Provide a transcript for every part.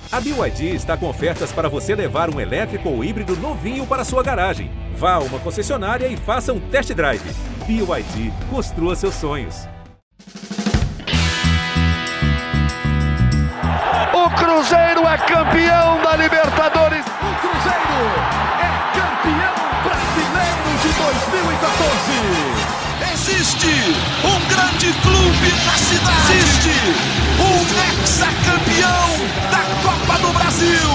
A BYD está com ofertas para você levar um elétrico ou híbrido novinho para sua garagem. Vá a uma concessionária e faça um test drive. BYD, construa seus sonhos. O Cruzeiro é campeão da Libertadores. O Cruzeiro é campeão brasileiro de 2014. Existe um grande clube na cidade. Existe um hexacampeão da Copa do Brasil.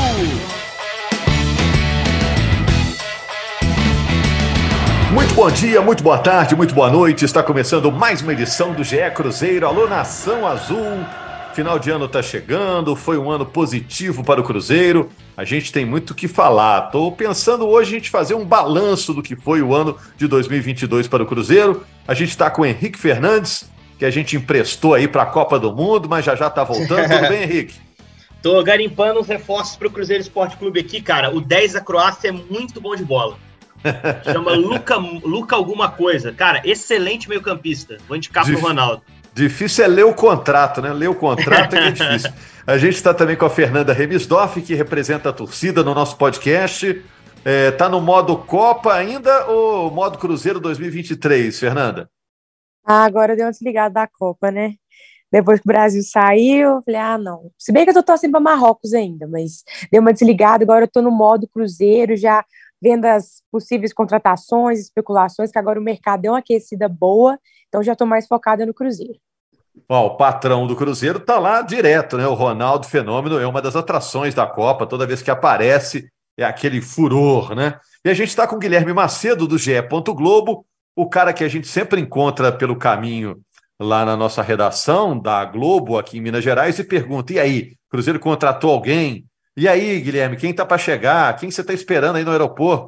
Muito bom dia, muito boa tarde, muito boa noite. Está começando mais uma edição do GE Cruzeiro. Alô, Nação Azul. Final de ano está chegando, foi um ano positivo para o Cruzeiro. A gente tem muito o que falar. Estou pensando hoje a gente fazer um balanço do que foi o ano de 2022 para o Cruzeiro. A gente está com o Henrique Fernandes, que a gente emprestou aí para a Copa do Mundo, mas já está voltando. Tudo bem, Henrique? Tô garimpando uns reforços para o Cruzeiro Esporte Clube aqui, cara. O 10 da Croácia é muito bom de bola. Chama Luca alguma coisa. Cara, excelente meio-campista. Vou indicar pro Ronaldo. Difícil é ler o contrato, né? Ler o contrato é difícil. A gente está também com a Fernanda Remisdorf, que representa a torcida no nosso podcast. Tá no modo Copa ainda ou modo Cruzeiro 2023, Fernanda? Agora deu uma desligada da Copa, né? Depois que o Brasil saiu, eu falei, não. Se bem que eu tô torcendo para Marrocos ainda, mas deu uma desligada, agora eu tô no modo Cruzeiro, já vendo as possíveis contratações, especulações, que agora o mercado deu uma aquecida boa, então já estou mais focada no Cruzeiro. O patrão do Cruzeiro está lá direto, né? O Ronaldo Fenômeno é uma das atrações da Copa, toda vez que aparece é aquele furor, né? E a gente está com o Guilherme Macedo, do GE. Globo, o cara que a gente sempre encontra pelo caminho lá na nossa redação da Globo, aqui em Minas Gerais, e pergunta, e aí, Cruzeiro contratou alguém? E aí, Guilherme, quem está para chegar? Quem você está esperando aí no aeroporto?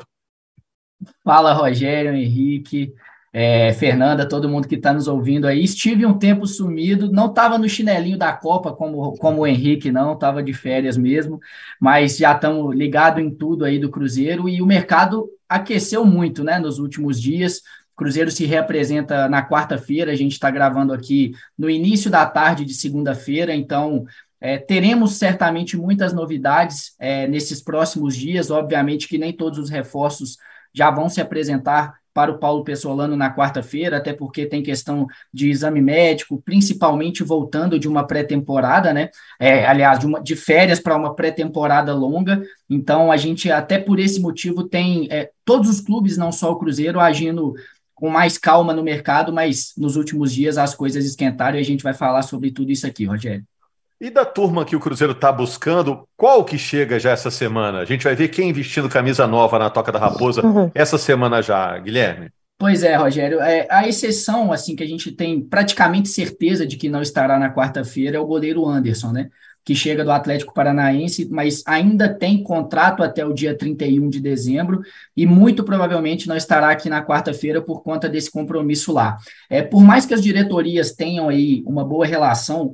Fala, Rogério, Henrique, Fernanda, todo mundo que está nos ouvindo aí. Estive um tempo sumido, não estava no chinelinho da Copa como o Henrique, não, estava de férias mesmo, mas já estamos ligados em tudo aí do Cruzeiro e o mercado aqueceu muito, né, nos últimos dias. O Cruzeiro se reapresenta na quarta-feira, a gente está gravando aqui no início da tarde de segunda-feira, então teremos certamente muitas novidades nesses próximos dias. Obviamente que nem todos os reforços já vão se apresentar para o Paulo Pessolano na quarta-feira, até porque tem questão de exame médico, principalmente voltando de uma pré-temporada, né? Aliás, de férias para uma pré-temporada longa. Então, a gente, até por esse motivo, tem todos os clubes, não só o Cruzeiro, agindo com mais calma no mercado, mas nos últimos dias as coisas esquentaram e a gente vai falar sobre tudo isso aqui, Rogério. E da turma que o Cruzeiro está buscando, qual que chega já essa semana? A gente vai ver quem vestindo camisa nova na Toca da Raposa essa semana já, Guilherme. Pois é, Rogério. A exceção, assim, que a gente tem praticamente certeza de que não estará na quarta-feira é o goleiro Anderson, né? Que chega do Atlético Paranaense, mas ainda tem contrato até o dia 31 de dezembro e muito provavelmente não estará aqui na quarta-feira por conta desse compromisso lá. Por mais que as diretorias tenham aí uma boa relação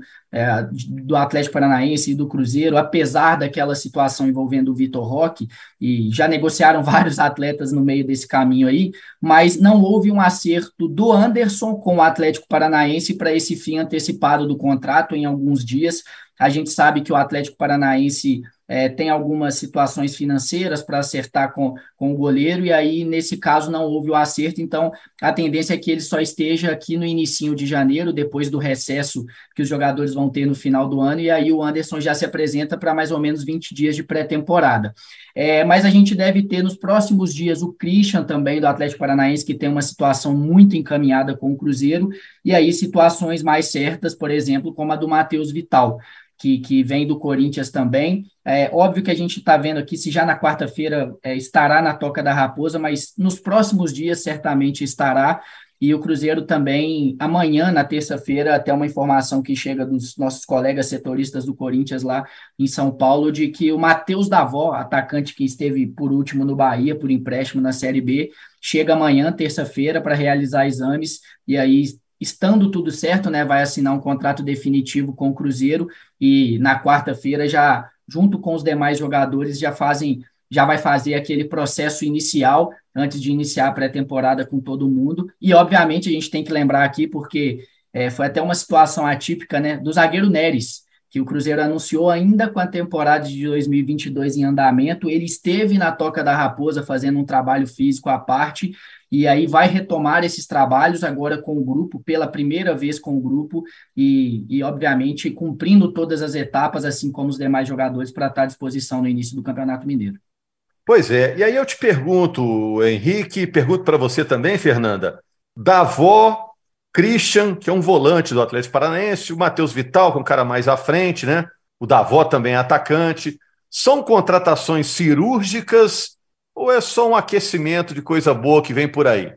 do Atlético Paranaense e do Cruzeiro, apesar daquela situação envolvendo o Vitor Roque, e já negociaram vários atletas no meio desse caminho aí, mas não houve um acerto do Anderson com o Atlético Paranaense para esse fim antecipado do contrato em alguns dias. A gente sabe que o Atlético Paranaense tem algumas situações financeiras para acertar com o goleiro, e aí, nesse caso, não houve o acerto, então a tendência é que ele só esteja aqui no inicinho de janeiro, depois do recesso que os jogadores vão ter no final do ano, e aí o Anderson já se apresenta para mais ou menos 20 dias de pré-temporada. Mas a gente deve ter nos próximos dias o Christian também, do Atlético Paranaense, que tem uma situação muito encaminhada com o Cruzeiro, e aí situações mais certas, por exemplo, como a do Matheus Vital, que vem do Corinthians também. Óbvio que a gente está vendo aqui se já na quarta-feira estará na Toca da Raposa, mas nos próximos dias certamente estará, e o Cruzeiro também, amanhã, na terça-feira, até uma informação que chega dos nossos colegas setoristas do Corinthians lá em São Paulo, de que o Matheus Davó, atacante que esteve por último no Bahia, por empréstimo na Série B, chega amanhã, terça-feira, para realizar exames, e aí, estando tudo certo, né, vai assinar um contrato definitivo com o Cruzeiro, e na quarta-feira, já junto com os demais jogadores, já vai fazer aquele processo inicial, antes de iniciar a pré-temporada com todo mundo. E, obviamente, a gente tem que lembrar aqui, porque foi até uma situação atípica, né, do zagueiro Neres, que o Cruzeiro anunciou ainda com a temporada de 2022 em andamento. Ele esteve na Toca da Raposa fazendo um trabalho físico à parte, e aí vai retomar esses trabalhos agora com o grupo, pela primeira vez com o grupo, e obviamente cumprindo todas as etapas, assim como os demais jogadores, para estar à disposição no início do Campeonato Mineiro. Pois é, e aí eu te pergunto, Henrique, pergunto para você também, Fernanda, Davó, Christian, que é um volante do Atlético Paranaense, o Matheus Vital, que é um cara mais à frente, né? O Davó também é atacante. São contratações cirúrgicas ou é só um aquecimento de coisa boa que vem por aí?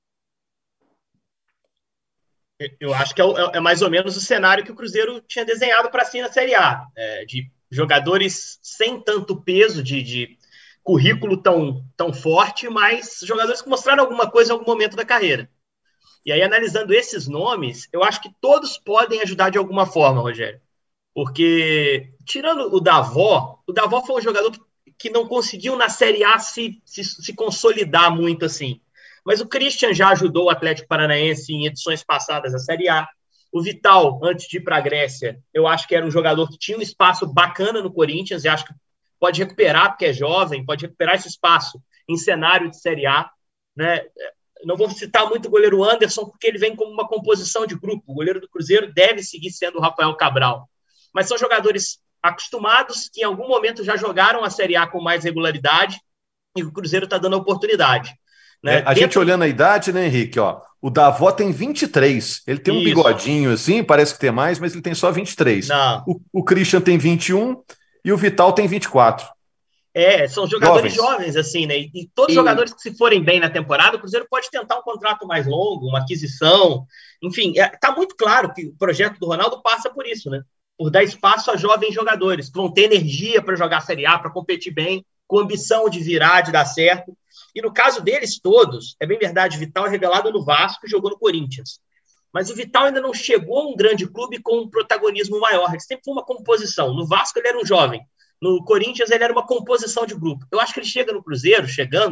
Eu acho que é mais ou menos o cenário que o Cruzeiro tinha desenhado para si na Série A, de jogadores sem tanto peso, de currículo tão forte, mas jogadores que mostraram alguma coisa em algum momento da carreira. E aí, analisando esses nomes, eu acho que todos podem ajudar de alguma forma, Rogério. Porque, tirando o Davó foi um jogador que não conseguiu na Série A se consolidar muito assim. Mas o Christian já ajudou o Atlético Paranaense em edições passadas da Série A. O Vital, antes de ir para a Grécia, eu acho que era um jogador que tinha um espaço bacana no Corinthians, e acho que pode recuperar, porque é jovem, pode recuperar esse espaço em cenário de Série A, né? Não vou citar muito o goleiro Anderson, porque ele vem como uma composição de grupo. O goleiro do Cruzeiro deve seguir sendo o Rafael Cabral. Mas são jogadores acostumados, que em algum momento já jogaram a Série A com mais regularidade, e o Cruzeiro está dando a oportunidade. Né? Gente olhando a idade, né, Henrique? Ó, o Davó tem 23. Ele tem um bigodinho assim, parece que tem mais, mas ele tem só 23. Não. O Christian tem 21 e o Vital tem 24. São jogadores jovens, assim, né? E todos os jogadores que se forem bem na temporada, o Cruzeiro pode tentar um contrato mais longo, uma aquisição. Enfim, tá muito claro que o projeto do Ronaldo passa por isso, né? Por dar espaço a jovens jogadores que vão ter energia para jogar a Série A, para competir bem, com ambição de virar, de dar certo. E no caso deles todos, é bem verdade, o Vital é revelado no Vasco e jogou no Corinthians. Mas o Vital ainda não chegou a um grande clube com um protagonismo maior. Ele sempre foi uma composição. No Vasco ele era um jovem. No Corinthians ele era uma composição de grupo. Eu acho que ele chega no Cruzeiro,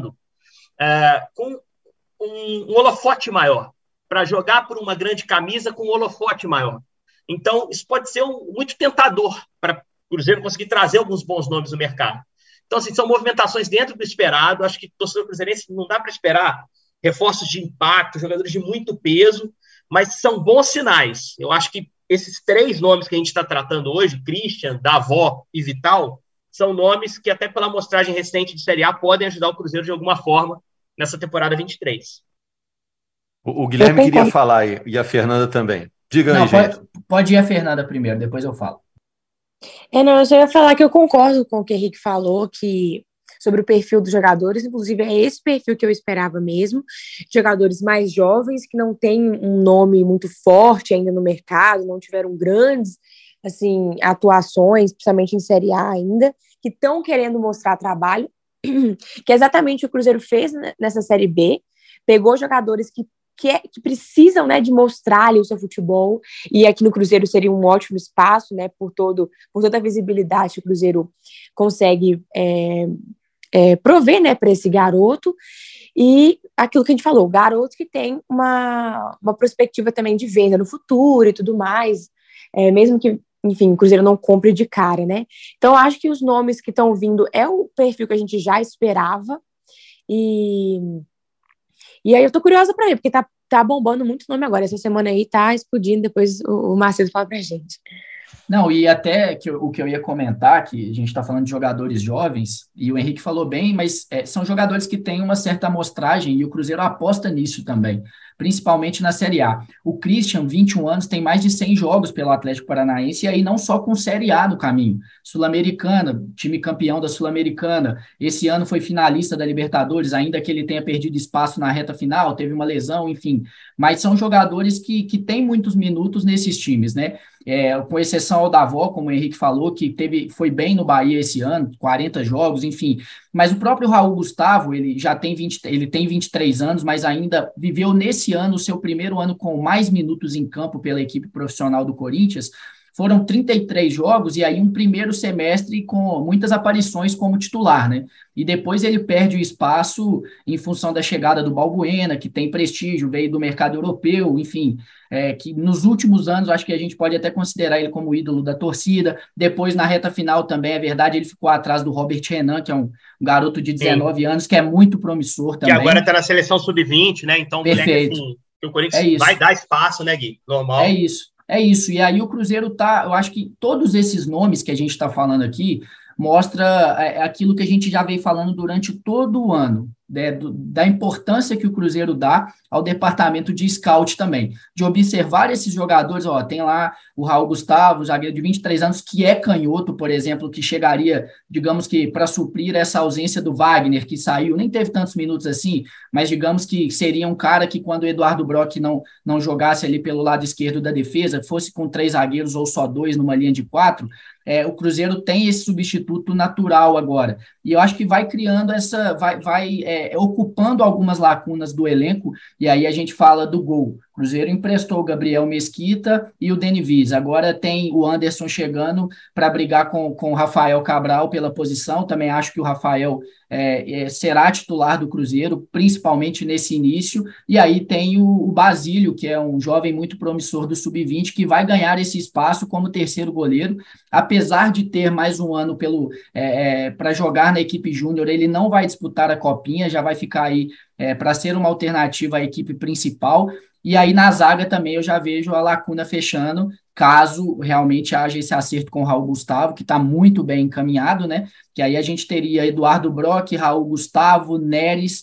com um holofote maior, para jogar por uma grande camisa com um holofote maior. Então, isso pode ser muito tentador para o Cruzeiro conseguir trazer alguns bons nomes no mercado. Então, assim, são movimentações dentro do esperado. Acho que o torcedor cruzeirense não dá para esperar reforços de impacto, jogadores de muito peso, mas são bons sinais. Eu acho que esses 3 nomes que a gente está tratando hoje, Christian, Davó e Vital, são nomes que até pela amostragem recente de Série A podem ajudar o Cruzeiro de alguma forma nessa temporada 23. O Guilherme queria falar e a Fernanda também. Diga aí, gente. Pode ir a Fernanda primeiro, depois eu falo. Eu só ia falar que eu concordo com o que o Henrique falou, que sobre o perfil dos jogadores, inclusive é esse perfil que eu esperava mesmo, jogadores mais jovens, que não têm um nome muito forte ainda no mercado, não tiveram grandes assim, atuações, principalmente em Série A ainda, que estão querendo mostrar trabalho, que é exatamente o que o Cruzeiro fez nessa Série B, pegou jogadores que precisam, né, de mostrar ali o seu futebol, e aqui no Cruzeiro seria um ótimo espaço, né, por toda a visibilidade que o Cruzeiro consegue prover, né, para esse garoto, e aquilo que a gente falou, garotos que tem uma perspectiva também de venda no futuro e tudo mais, mesmo que, enfim, o Cruzeiro não compre de cara, né, então acho que os nomes que estão vindo é o perfil que a gente já esperava, e aí eu tô curiosa para ver, porque tá bombando muito nome agora. Essa semana aí tá explodindo, depois o Marcelo fala pra gente. Não, e até o que eu ia comentar, que a gente está falando de jogadores jovens, e o Henrique falou bem, mas são jogadores que têm uma certa amostragem, e o Cruzeiro aposta nisso também, principalmente na Série A. O Christian, 21 anos, tem mais de 100 jogos pelo Atlético Paranaense, e aí não só com Série A no caminho. Sul-Americana, time campeão da Sul-Americana, esse ano foi finalista da Libertadores, ainda que ele tenha perdido espaço na reta final, teve uma lesão, enfim. Mas são jogadores que têm muitos minutos nesses times, né? Com exceção ao Davó, como o Henrique falou, que foi bem no Bahia esse ano, 40 jogos, enfim. Mas o próprio Raul Gustavo, ele tem 23 anos, mas ainda viveu nesse ano o seu primeiro ano com mais minutos em campo pela equipe profissional do Corinthians. foram 33 jogos e aí um primeiro semestre com muitas aparições como titular, né? E depois ele perde o espaço em função da chegada do Balbuena, que tem prestígio, veio do mercado europeu, enfim, que nos últimos anos acho que a gente pode até considerar ele como ídolo da torcida. Depois, na reta final também, é verdade, ele ficou atrás do Robert Renan, que é um garoto de 19 anos, que é muito promissor também. Que agora está na seleção sub-20, né? Então, perfeito. Moleque, assim, o Corinthians vai dar espaço, né, Gui? Normal. É isso. E aí o Cruzeiro eu acho que todos esses nomes que a gente está falando aqui mostra aquilo que a gente já veio falando durante todo o ano, né, da importância que o Cruzeiro dá ao departamento de scout também, de observar esses jogadores. Tem lá o Raul Gustavo, zagueiro de 23 anos, que é canhoto, por exemplo, que chegaria, digamos que, para suprir essa ausência do Wagner, que saiu, nem teve tantos minutos assim, mas digamos que seria um cara que, quando o Eduardo Brock não jogasse ali pelo lado esquerdo da defesa, fosse com 3 zagueiros ou só 2 numa linha de 4, o Cruzeiro tem esse substituto natural agora. E eu acho que vai criando ocupando algumas lacunas do elenco, e aí a gente fala do gol. O Cruzeiro emprestou o Gabriel Mesquita e o Denivis. Agora tem o Anderson chegando para brigar com o Rafael Cabral pela posição. Também acho que o Rafael será titular do Cruzeiro, principalmente nesse início. E aí tem o Basílio, que é um jovem muito promissor do Sub-20, que vai ganhar esse espaço como terceiro goleiro. Apesar de ter mais um ano para jogar na equipe júnior, ele não vai disputar a Copinha, já vai ficar aí para ser uma alternativa à equipe principal. E aí na zaga também eu já vejo a lacuna fechando, caso realmente haja esse acerto com o Raul Gustavo, que está muito bem encaminhado, né? Que aí a gente teria Eduardo Brock, Raul Gustavo, Neres,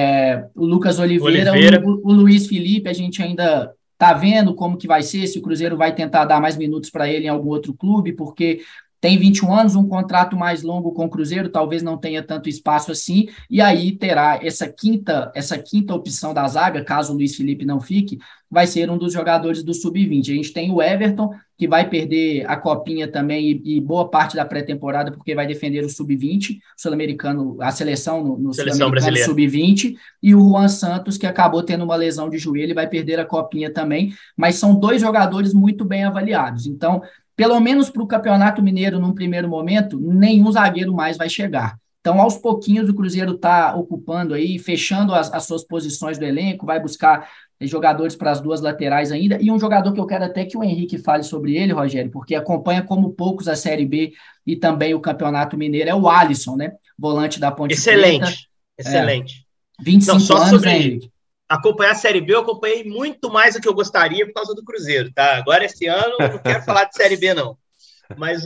o Lucas Oliveira. O Luiz Felipe, a gente ainda está vendo como que vai ser, se o Cruzeiro vai tentar dar mais minutos para ele em algum outro clube, porque tem 21 anos, um contrato mais longo com o Cruzeiro, talvez não tenha tanto espaço assim, e aí terá essa quinta opção da zaga, caso o Luiz Felipe não fique, vai ser um dos jogadores do Sub-20. A gente tem o Everton, que vai perder a Copinha também e boa parte da pré-temporada, porque vai defender o Sub-20, o Sul-Americano, a seleção no Sul-Americano Sub-20, e o Juan Santos, que acabou tendo uma lesão de joelho e vai perder a Copinha também, mas são 2 jogadores muito bem avaliados. Então, pelo menos para o Campeonato Mineiro, num primeiro momento, nenhum zagueiro mais vai chegar. Então, aos pouquinhos, o Cruzeiro está ocupando aí, fechando as suas posições do elenco, vai buscar jogadores para as 2 laterais ainda, e um jogador que eu quero até que o Henrique fale sobre ele, Rogério, porque acompanha como poucos a Série B e também o Campeonato Mineiro, é o Alisson, né? Volante da Ponte Preta. Excelente. 25 anos, né, Henrique? Acompanhar a Série B, eu acompanhei muito mais do que eu gostaria por causa do Cruzeiro, tá? Agora, esse ano, eu não quero falar de Série B, não. Mas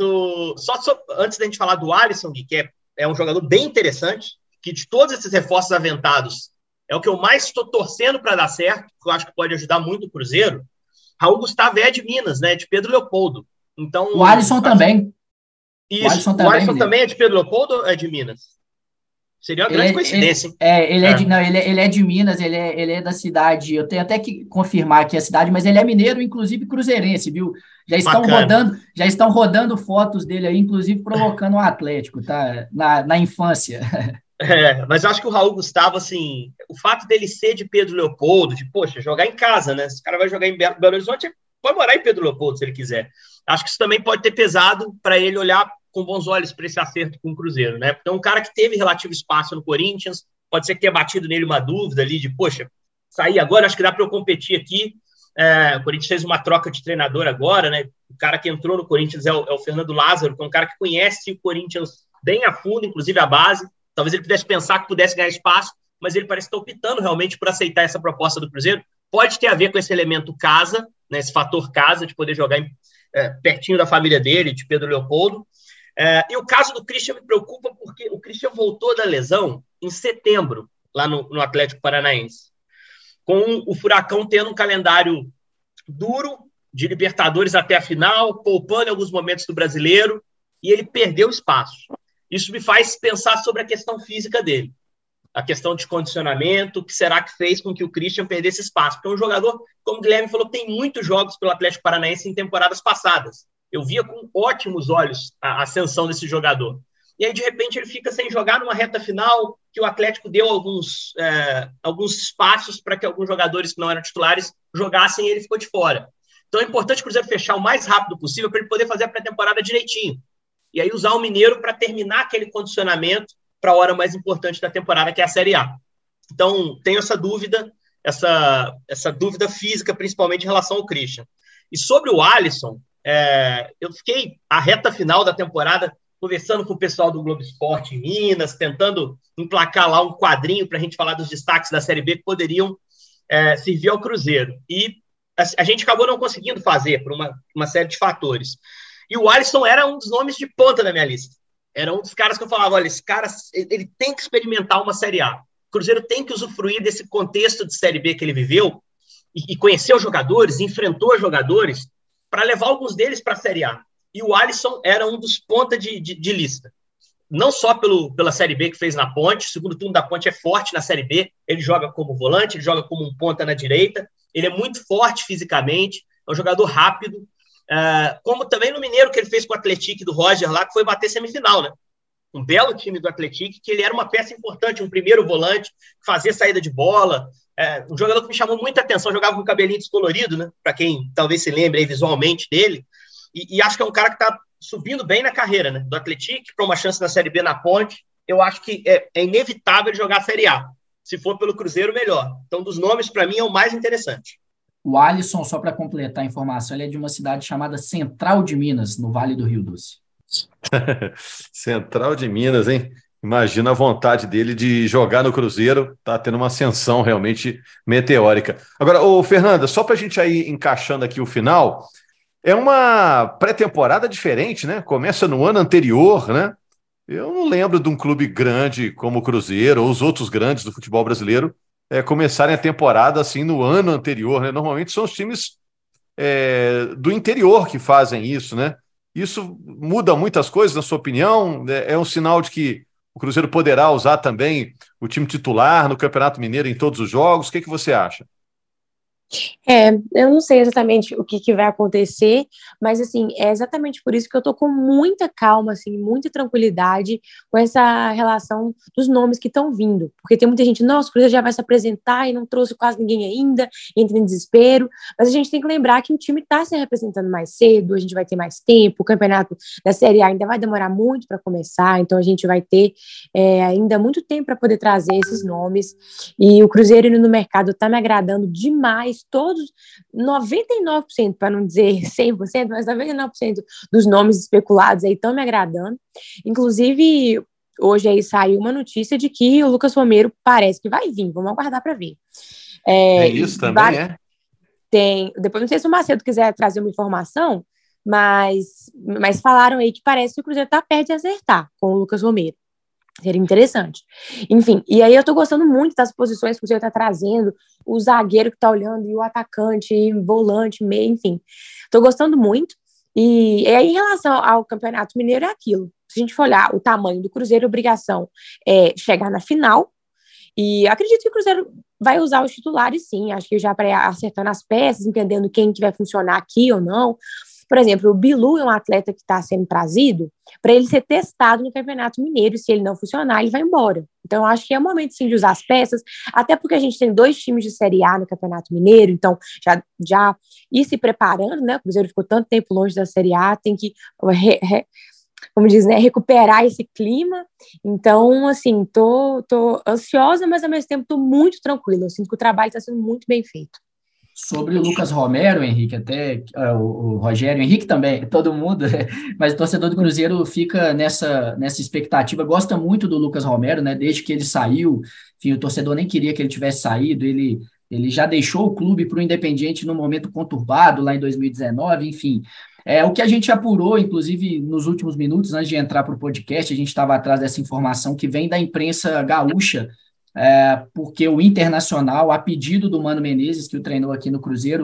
antes da gente falar do Alisson, que é um jogador bem interessante, que de todos esses reforços aventados, é o que eu mais estou torcendo para dar certo, que eu acho que pode ajudar muito o Cruzeiro. Raul Gustavo é de Minas, né? De Pedro Leopoldo. Então, o Alisson também. Isso. O Alisson também é de Pedro Leopoldo ou é de Minas? Seria uma grande coincidência, hein? Ele é de Minas, ele é da cidade, eu tenho até que confirmar aqui a cidade, mas ele é mineiro, inclusive cruzeirense, viu? Já estão rodando fotos dele aí, inclusive provocando o Atlético, tá? Na infância. Mas eu acho que o Raul Gustavo, assim, o fato dele ser de Pedro Leopoldo, jogar em casa, né? Se o cara vai jogar em Belo Horizonte, pode morar em Pedro Leopoldo, se ele quiser. Acho que isso também pode ter pesado para ele olhar com bons olhos para esse acerto com o Cruzeiro, né? Então, um cara que teve relativo espaço no Corinthians, pode ser que tenha batido nele uma dúvida ali de, sair agora, acho que dá para eu competir aqui. O Corinthians fez uma troca de treinador agora, né? O cara que entrou no Corinthians é o Fernando Lázaro, que é um cara que conhece o Corinthians bem a fundo, inclusive a base. Talvez ele pudesse pensar que pudesse ganhar espaço, mas ele parece estar optando realmente por aceitar essa proposta do Cruzeiro. Pode ter a ver com esse elemento casa, né? Esse fator casa, de poder jogar pertinho da família dele, de Pedro Leopoldo. E o caso do Christian me preocupa porque o Christian voltou da lesão em setembro, lá no Atlético Paranaense, com o Furacão tendo um calendário duro, de Libertadores até a final, poupando em alguns momentos do Brasileiro, e ele perdeu espaço. Isso me faz pensar sobre a questão física dele, a questão de condicionamento, que será que fez com que o Christian perdesse espaço, porque é um jogador, como o Guilherme falou, tem muitos jogos pelo Atlético Paranaense em temporadas passadas. Eu via com ótimos olhos a ascensão desse jogador. E aí, de repente, ele fica sem jogar numa reta final, que o Atlético deu alguns espaços para que alguns jogadores que não eram titulares jogassem e ele ficou de fora. Então é importante o Cruzeiro fechar o mais rápido possível para ele poder fazer a pré-temporada direitinho. E aí usar o Mineiro para terminar aquele condicionamento para a hora mais importante da temporada, que é a Série A. Então, tenho essa dúvida, essa dúvida física, principalmente em relação ao Christian. E sobre o Alisson, eu fiquei a reta final da temporada conversando com o pessoal do Globo Esporte em Minas, tentando emplacar lá um quadrinho para a gente falar dos destaques da Série B que poderiam servir ao Cruzeiro. E a gente acabou não conseguindo fazer por uma série de fatores. E o Alisson era um dos nomes de ponta da minha lista. Era um dos caras que eu falava, olha, esse cara ele tem que experimentar uma Série A. O Cruzeiro tem que usufruir desse contexto de Série B que ele viveu e conheceu os jogadores, enfrentou os jogadores, para levar alguns deles para a Série A. E o Alisson era um dos ponta de lista. Não só pela Série B que fez na Ponte, o segundo turno da Ponte é forte na Série B, ele joga como volante, ele joga como um ponta na direita, ele é muito forte fisicamente, é um jogador rápido, como também no Mineiro que ele fez com o Atlético do Roger lá, que foi bater semifinal, né? Um belo time do Atlético, que ele era uma peça importante, um primeiro volante, que fazia saída de bola, um jogador que me chamou muita atenção, jogava com o cabelinho descolorido, né? Para quem talvez se lembre aí visualmente dele, e acho que é um cara que está subindo bem na carreira, né? Do Atlético para uma chance na Série B na Ponte, eu acho que é inevitável jogar a Série A. Se for pelo Cruzeiro, melhor. Então, dos nomes, para mim, é o mais interessante. O Alisson, só para completar a informação, ele é de uma cidade chamada Central de Minas, no Vale do Rio Doce. Central de Minas, hein? Imagina a vontade dele de jogar no Cruzeiro, tá tendo uma ascensão realmente meteórica. Agora, Fernanda, só para a gente aí encaixando aqui o final, é uma pré-temporada diferente, né? Começa no ano anterior, né? Eu não lembro de um clube grande como o Cruzeiro ou os outros grandes do futebol brasileiro começarem a temporada assim no ano anterior, né? Normalmente são os times do interior que fazem isso, né? Isso muda muitas coisas, na sua opinião? É um sinal de que o Cruzeiro poderá usar também o time titular no Campeonato Mineiro em todos os jogos? O que você acha? Eu não sei exatamente o que vai acontecer, mas assim, é exatamente por isso que eu tô com muita calma, assim, muita tranquilidade com essa relação dos nomes que estão vindo, porque tem muita gente, nossa, o Cruzeiro já vai se apresentar e não trouxe quase ninguém ainda, entra em desespero, mas a gente tem que lembrar que o time tá se representando mais cedo, a gente vai ter mais tempo, o campeonato da Série A ainda vai demorar muito para começar, então a gente vai ter ainda muito tempo para poder trazer esses nomes, e o Cruzeiro indo no mercado tá me agradando demais. Todos, 99%, para não dizer 100%, mas 99% dos nomes especulados aí estão me agradando. Inclusive, hoje aí saiu uma notícia de que o Lucas Romero parece que vai vir, vamos aguardar para ver. Isso também, Tem, depois não sei se o Macedo quiser trazer uma informação, mas falaram aí que parece que o Cruzeiro está perto de acertar com o Lucas Romero. Seria interessante. Enfim, e aí eu tô gostando muito das posições que o Cruzeiro tá trazendo, o zagueiro que tá olhando, e o atacante, e volante, meio, enfim. Tô gostando muito. E aí, em relação ao Campeonato Mineiro, é aquilo. Se a gente for olhar o tamanho do Cruzeiro, a obrigação é chegar na final. E acredito que o Cruzeiro vai usar os titulares, sim. Acho que já para acertando as peças, entendendo quem que vai funcionar aqui ou não. Por exemplo, o Bilu é um atleta que está sendo trazido para ele ser testado no Campeonato Mineiro, e se ele não funcionar, ele vai embora. Então, acho que é o momento, sim, de usar as peças, até porque a gente tem 2 times de Série A no Campeonato Mineiro, então já ir se preparando, né? O Cruzeiro ficou tanto tempo longe da Série A, tem que, como diz, né, recuperar esse clima. Então, assim, tô ansiosa, mas ao mesmo tempo tô muito tranquila. Eu sinto que o trabalho está sendo muito bem feito. Sobre o Lucas Romero, Henrique, até o Rogério, Henrique também, todo mundo, mas o torcedor do Cruzeiro fica nessa expectativa, gosta muito do Lucas Romero, né? Desde que ele saiu, enfim, o torcedor nem queria que ele tivesse saído, ele já deixou o clube para o Independiente num momento conturbado, lá em 2019, enfim. O que a gente apurou, inclusive, nos últimos minutos, antes de entrar para o podcast, a gente estava atrás dessa informação que vem da imprensa gaúcha, porque o Internacional, a pedido do Mano Menezes, que o treinou aqui no Cruzeiro,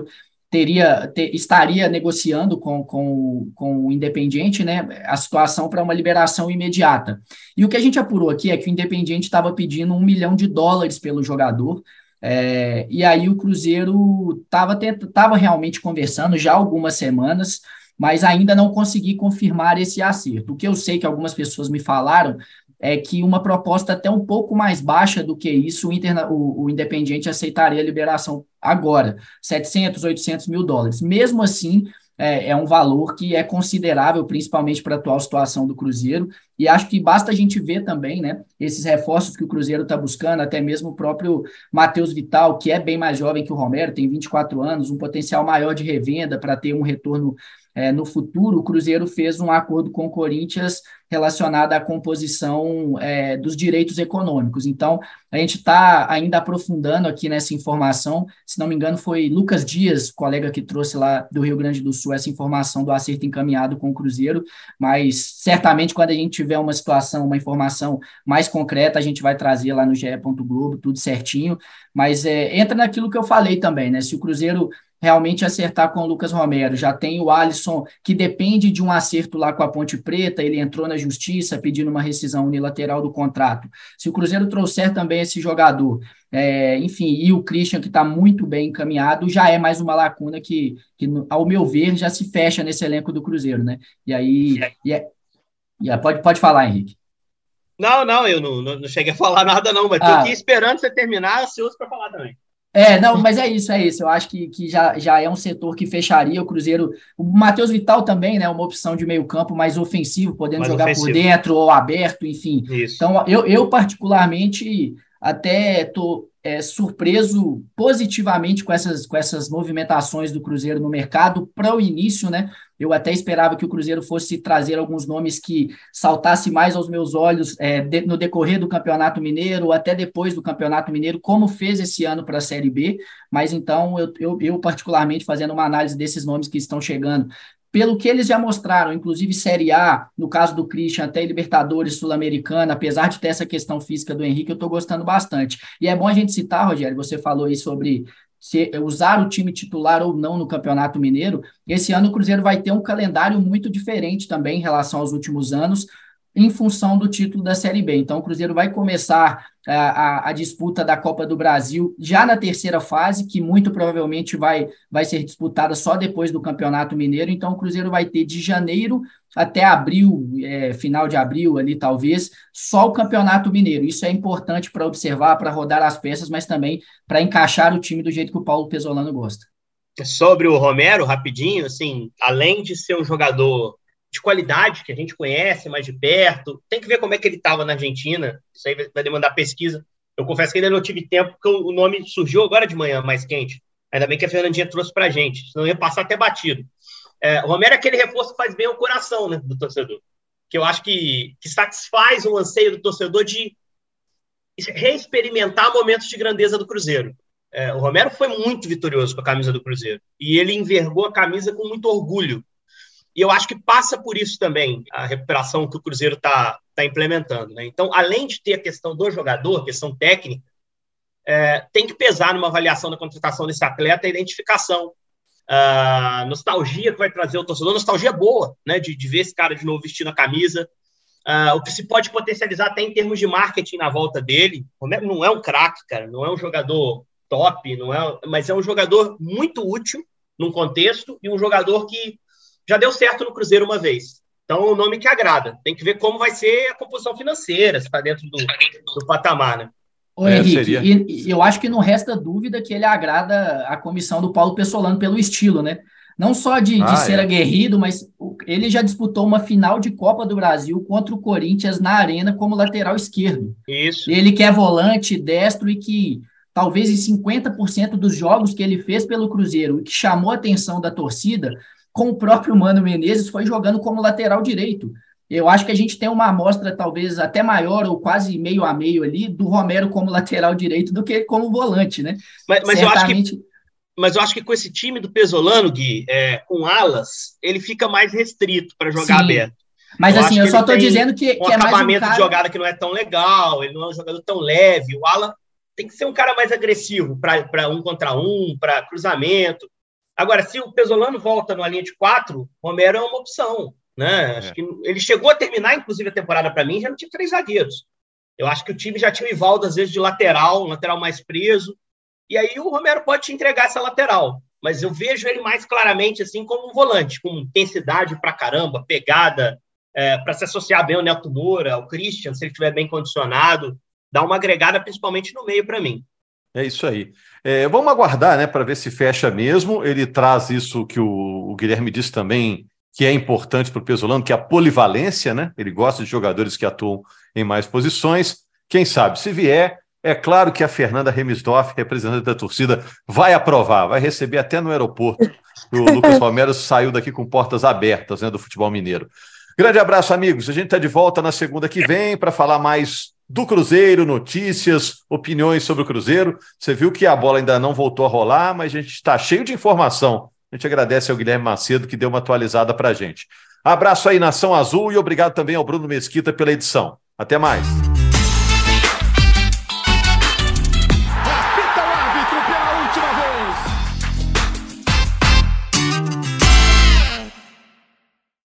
estaria negociando com o Independiente, né, a situação para uma liberação imediata. E o que a gente apurou aqui é que o Independiente estava pedindo $1 milhão pelo jogador, e aí o Cruzeiro estava realmente conversando já há algumas semanas, mas ainda não consegui confirmar esse acerto. O que eu sei que algumas pessoas me falaram é que uma proposta até um pouco mais baixa do que isso, o Independiente aceitaria a liberação agora, 700, 800 mil dólares. Mesmo assim, é um valor que é considerável, principalmente para a atual situação do Cruzeiro, e acho que basta a gente ver também, né, esses reforços que o Cruzeiro está buscando, até mesmo o próprio Matheus Vital, que é bem mais jovem que o Romero, tem 24 anos, um potencial maior de revenda para ter um retorno no futuro. O Cruzeiro fez um acordo com o Corinthians relacionado à composição dos direitos econômicos. Então, a gente está ainda aprofundando aqui nessa informação. Se não me engano, foi Lucas Dias, colega que trouxe lá do Rio Grande do Sul, essa informação do acerto encaminhado com o Cruzeiro, mas certamente quando a gente tiver uma situação, uma informação mais concreta, a gente vai trazer lá no GE. Globo, tudo certinho, mas entra naquilo que eu falei também, né? Se o Cruzeiro realmente acertar com o Lucas Romero, já tem o Alisson, que depende de um acerto lá com a Ponte Preta, ele entrou na justiça pedindo uma rescisão unilateral do contrato. Se o Cruzeiro trouxer também esse jogador, enfim, e o Christian, que está muito bem encaminhado, já é mais uma lacuna que, ao meu ver, já se fecha nesse elenco do Cruzeiro, né? E aí, pode falar, Henrique. Não, eu não cheguei a falar nada não, mas tô aqui esperando você terminar, ansioso para falar também. Não, mas é isso. Eu acho que já é um setor que fecharia o Cruzeiro. O Matheus Vital também, né? Uma opção de meio campo mais ofensivo, podendo mais jogar ofensivo por dentro ou aberto, enfim. Isso. Então, eu particularmente até estou surpreso positivamente com essas movimentações do Cruzeiro no mercado para o início, né? Eu até esperava que o Cruzeiro fosse trazer alguns nomes que saltassem mais aos meus olhos no decorrer do Campeonato Mineiro ou até depois do Campeonato Mineiro, como fez esse ano para a Série B, mas então eu particularmente fazendo uma análise desses nomes que estão chegando, pelo que eles já mostraram, inclusive Série A, no caso do Christian, até Libertadores Sul-Americana, apesar de ter essa questão física do Henrique, eu estou gostando bastante. E é bom a gente citar, Rogério, você falou aí sobre usar o time titular ou não no Campeonato Mineiro. Esse ano o Cruzeiro vai ter um calendário muito diferente também em relação aos últimos anos, em função do título da Série B. Então, o Cruzeiro vai começar a disputa da Copa do Brasil já na terceira fase, que muito provavelmente vai ser disputada só depois do Campeonato Mineiro. Então, o Cruzeiro vai ter de janeiro até abril, final de abril ali talvez, só o Campeonato Mineiro. Isso é importante para observar, para rodar as peças, mas também para encaixar o time do jeito que o Paulo Pesolano gosta. Sobre o Romero, rapidinho, assim, além de ser um jogador de qualidade, que a gente conhece mais de perto, tem que ver como é que ele estava na Argentina, isso aí vai demandar pesquisa. Eu confesso que ainda não tive tempo, porque o nome surgiu agora de manhã, mais quente. Ainda bem que a Fernandinha trouxe pra gente, senão ia passar até batido. O Romero é aquele reforço que faz bem ao coração, né, do torcedor, que eu acho que satisfaz o anseio do torcedor de reexperimentar momentos de grandeza do Cruzeiro. O Romero foi muito vitorioso com a camisa do Cruzeiro, e ele envergou a camisa com muito orgulho. E eu acho que passa por isso também a recuperação que o Cruzeiro está implementando, né? Então, além de ter a questão do jogador, a questão técnica, tem que pesar numa avaliação da contratação desse atleta a identificação, a nostalgia que vai trazer o torcedor, nostalgia boa, né? De ver esse cara de novo vestindo a camisa, o que se pode potencializar até em termos de marketing na volta dele. O Romero não é um craque, cara, não é um jogador top, mas é um jogador muito útil num contexto e um jogador que já deu certo no Cruzeiro uma vez. Então, é um nome que agrada. Tem que ver como vai ser a composição financeira, se está dentro do patamar, né? Ô, Henrique, e eu acho que não resta dúvida que ele agrada a comissão do Paulo Pesolano pelo estilo, né? Não só de ser aguerrido, mas ele já disputou uma final de Copa do Brasil contra o Corinthians na Arena como lateral esquerdo. Isso. Ele que é volante, destro e que talvez em 50% dos jogos que ele fez pelo Cruzeiro e que chamou a atenção da torcida, com o próprio Mano Menezes, foi jogando como lateral direito. Eu acho que a gente tem uma amostra talvez até maior, ou quase meio a meio ali, do Romero como lateral direito do que como volante, né? Mas eu acho que com esse time do Pesolano, Gui, com alas, ele fica mais restrito para jogar aberto. Mas assim, eu só estou dizendo que é mais um acabamento de jogada que não é tão legal, ele não é um jogador tão leve, o ala tem que ser um cara mais agressivo para 1 contra 1, para cruzamento. Agora, se o Pesolano volta numa linha de 4, Romero é uma opção, né? Acho que ele chegou a terminar, inclusive, a temporada para mim, já não tinha 3 zagueiros. Eu acho que o time já tinha o Ivaldo, às vezes, de lateral, um lateral mais preso, e aí o Romero pode te entregar essa lateral, mas eu vejo ele mais claramente assim como um volante, com intensidade pra caramba, pegada, para se associar bem ao Neto Moura, ao Christian, se ele estiver bem condicionado, dá uma agregada principalmente no meio para mim. É isso aí. Vamos aguardar, né, para ver se fecha mesmo. Ele traz isso que o Guilherme disse também, que é importante para o Pesolano, que é a polivalência, né? Ele gosta de jogadores que atuam em mais posições. Quem sabe, se vier, é claro que a Fernanda Remisdorf, representante da torcida, vai aprovar, vai receber até no aeroporto. O Lucas Romero saiu daqui com portas abertas, né, do futebol mineiro. Grande abraço, amigos. A gente está de volta na segunda que vem para falar mais do Cruzeiro, notícias, opiniões sobre o Cruzeiro. Você viu que a bola ainda não voltou a rolar, mas a gente está cheio de informação. A gente agradece ao Guilherme Macedo, que deu uma atualizada para a gente. Abraço aí, Nação Azul, e obrigado também ao Bruno Mesquita pela edição. Até mais.